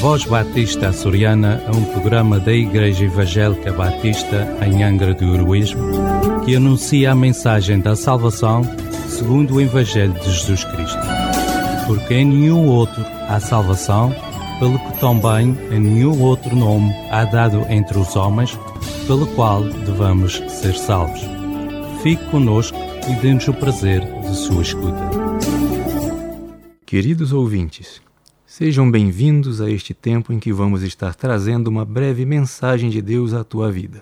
Voz Batista Açoriana é um programa da Igreja Evangélica Batista em Angra do Heroísmo que anuncia a mensagem da salvação segundo o Evangelho de Jesus Cristo. Porque em nenhum outro há salvação, pelo que também em nenhum outro nome há dado entre os homens, pelo qual devamos ser salvos. Fique conosco e dê-nos o prazer de sua escuta. Queridos ouvintes, sejam bem-vindos a este tempo em que vamos estar trazendo uma breve mensagem de Deus à tua vida.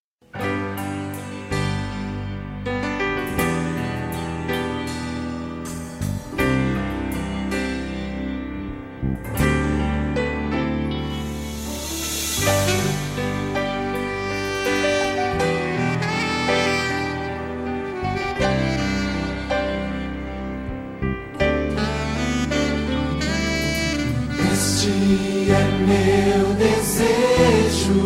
Este é meu desejo,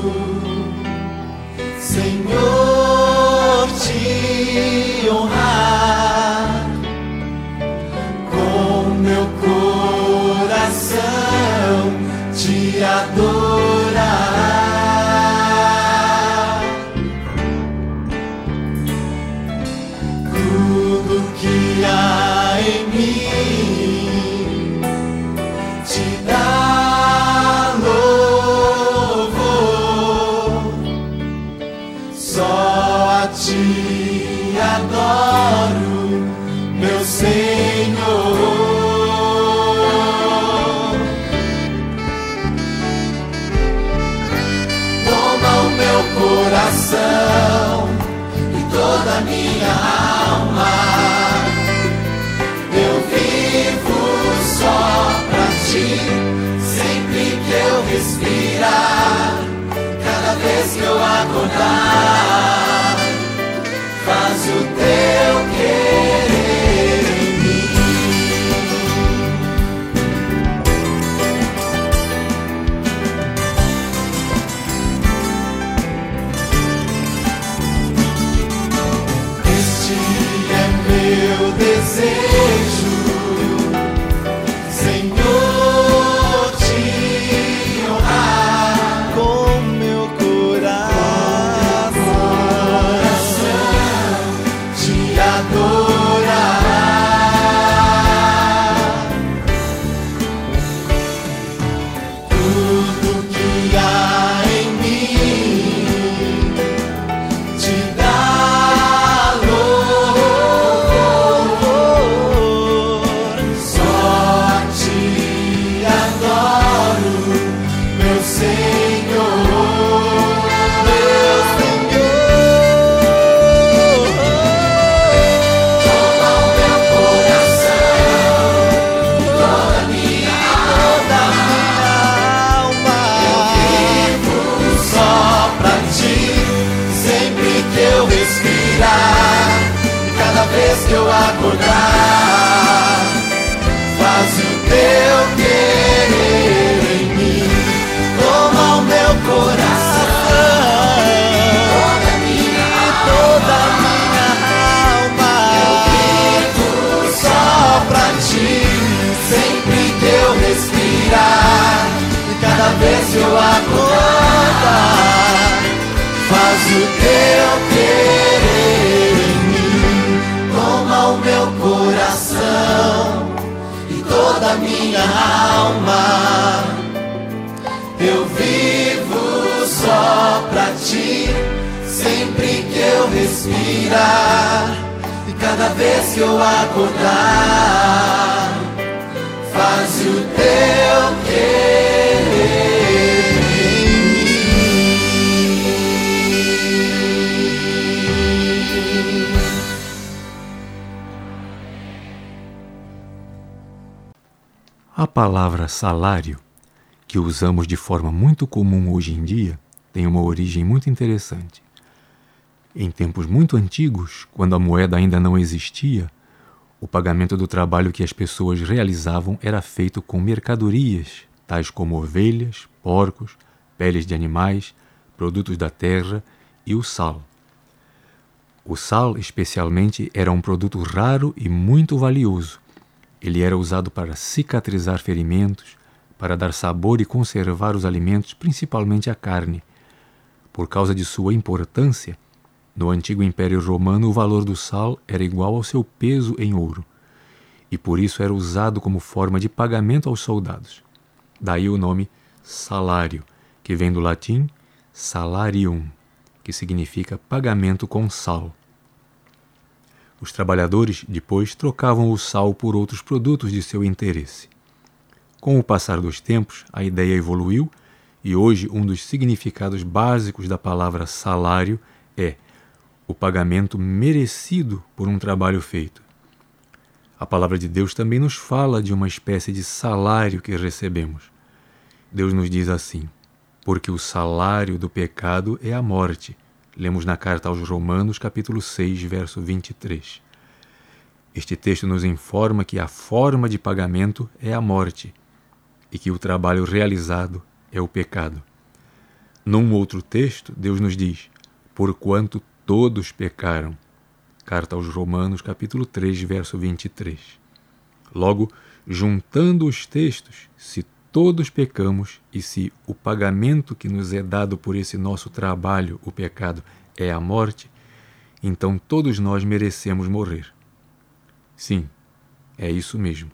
Senhor, te honrar com meu coração, te adorar. Tudo que há em mim te dá louvor, só a ti adoro, meu Senhor. Toma o meu coração e toda a minha alma, eu vivo só pra ti, sempre que eu respirar, cada vez que eu acordar, faz o teu querer em mim. Este é meu desejo, Senhor, te honrar com meu coração, te adorar. Tudo que há em mim te dá louvor, só a ti adoro, meu Senhor, meu Senhor. Toma o meu coração, toda a minha alma, eu vivo só pra ti, sempre que eu respirar, cada vez que eu acordar, faz o teu querer em mim. Toma o meu coração, toda a minha alma, eu vivo só pra ti, sempre que eu respirar, e cada vez que eu acordar, faz o teu querer em mim. Toma o meu coração e toda a minha alma, eu vivo só pra ti, sempre que eu respirar, e cada vez que eu acordar, faz o teu querer em mim. A palavra salário, que usamos de forma muito comum hoje em dia, tem uma origem muito interessante. Em tempos muito antigos, quando a moeda ainda não existia, o pagamento do trabalho que as pessoas realizavam era feito com mercadorias, tais como ovelhas, porcos, peles de animais, produtos da terra e o sal. O sal, especialmente, era um produto raro e muito valioso. Ele era usado para cicatrizar ferimentos, para dar sabor e conservar os alimentos, principalmente a carne. Por causa de sua importância, no antigo Império Romano o valor do sal era igual ao seu peso em ouro, e por isso era usado como forma de pagamento aos soldados. Daí o nome salário, que vem do latim salarium, que significa pagamento com sal. Os trabalhadores, depois, trocavam o sal por outros produtos de seu interesse. Com o passar dos tempos, a ideia evoluiu e hoje um dos significados básicos da palavra salário é o pagamento merecido por um trabalho feito. A palavra de Deus também nos fala de uma espécie de salário que recebemos. Deus nos diz assim: porque o salário do pecado é a morte. Lemos na carta aos Romanos, capítulo 6, verso 23. Este texto nos informa que a forma de pagamento é a morte e que o trabalho realizado é o pecado. Num outro texto, Deus nos diz: porquanto todos pecaram. Carta aos Romanos, capítulo 3, verso 23. Logo, juntando os textos, se todos pecamos e se o pagamento que nos é dado por esse nosso trabalho, o pecado, é a morte, então todos nós merecemos morrer. Sim, é isso mesmo.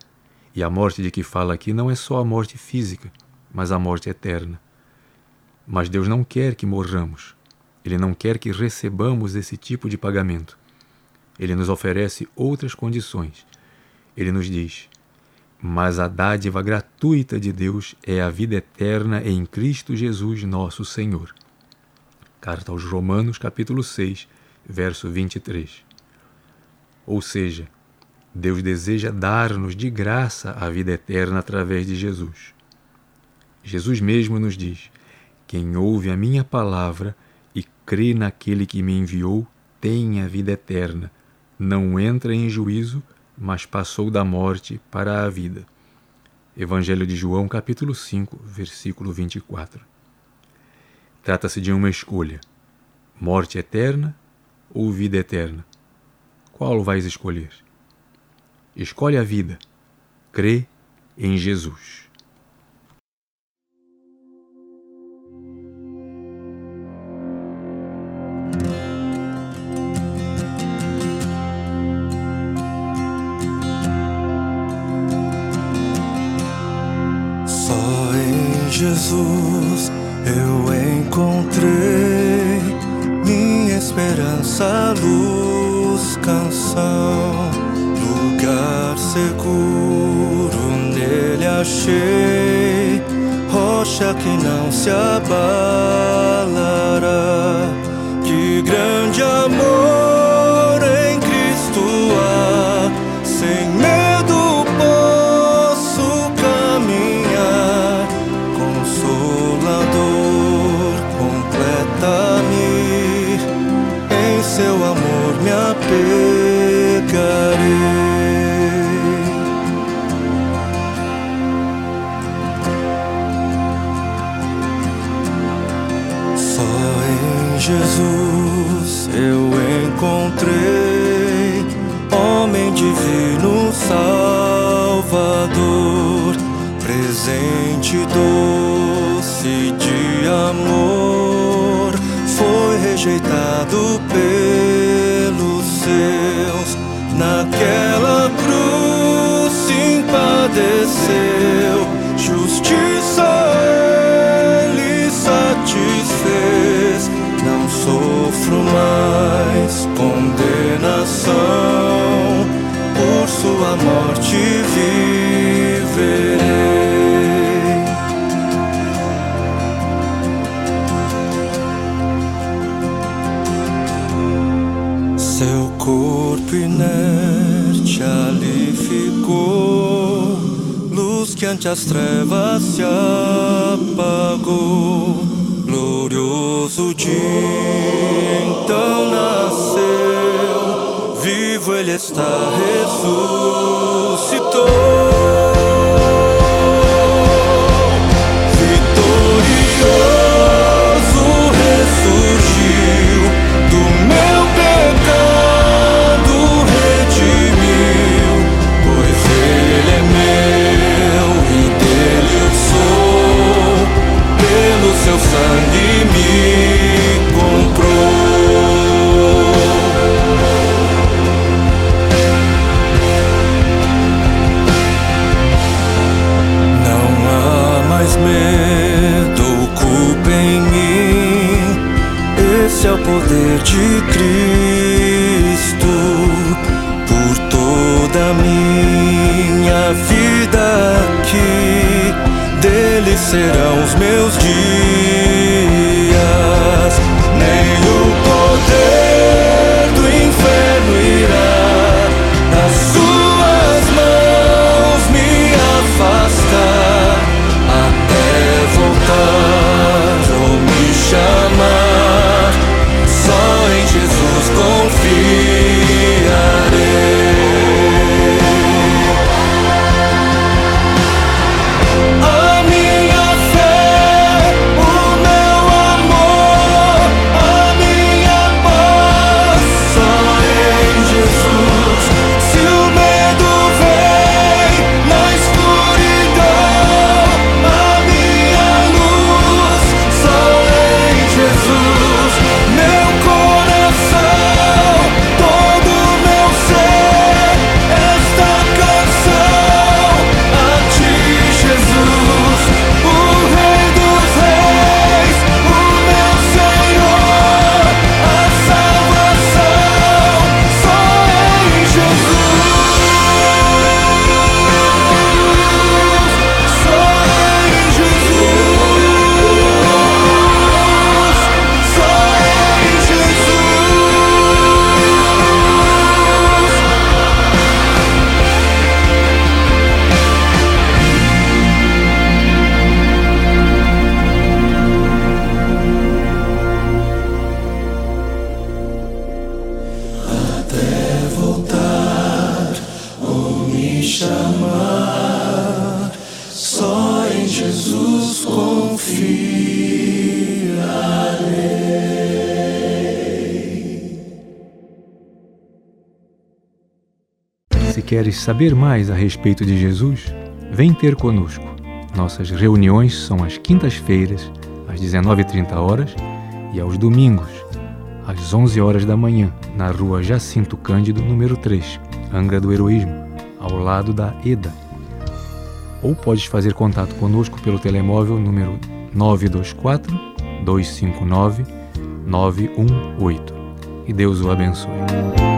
E a morte de que fala aqui não é só a morte física, mas a morte eterna. Mas Deus não quer que morramos. Ele não quer que recebamos esse tipo de pagamento. Ele nos oferece outras condições. Ele nos diz: mas a dádiva gratuita de Deus é a vida eterna em Cristo Jesus nosso Senhor. Carta aos Romanos, capítulo 6, verso 23. Ou seja, Deus deseja dar-nos de graça a vida eterna através de Jesus. Jesus mesmo nos diz: quem ouve a minha palavra e crê naquele que me enviou tem a vida eterna, não entra em juízo, mas passou da morte para a vida. Evangelho de João, capítulo 5, versículo 24. Trata-se de uma escolha: morte eterna ou vida eterna? Qual vais escolher? Escolhe a vida. Crê em Jesus. Jesus, eu encontrei minha esperança, luz, canção, lugar seguro nele achei, rocha que não se abalará. Que grande amor em Cristo há, sem medo posso caminhar. Consolador, completa-me, em seu amor me apegarei. Só em Jesus eu encontrei homem divino, Salvador, presente doce de amor, foi rejeitado pelos seus, naquela cruz sim padeceu, justiça ele satisfez, não sofro mais condenação, por sua morte viverei. Seu corpo inerte ali ficou, luz que ante as trevas se apagou. Glorioso dia então nasceu, vivo ele está, ressuscitou. poder de Cristo por toda a minha vida aqui, dele serão os meus dias. Nem o poder do inferno irá das suas mãos me afastar, até voltar ou me chamar. Só em Jesus confiarei. Chamar, só em Jesus confiarei. Se queres saber mais a respeito de Jesus, vem ter conosco. Nossas reuniões são às quintas-feiras, às 19h30 e aos domingos, às 11 horas da manhã, na rua Jacinto Cândido, número 3, Angra do Heroísmo, ao lado da EDA. Ou podes fazer contato conosco pelo telemóvel número 924-259-918. E Deus o abençoe.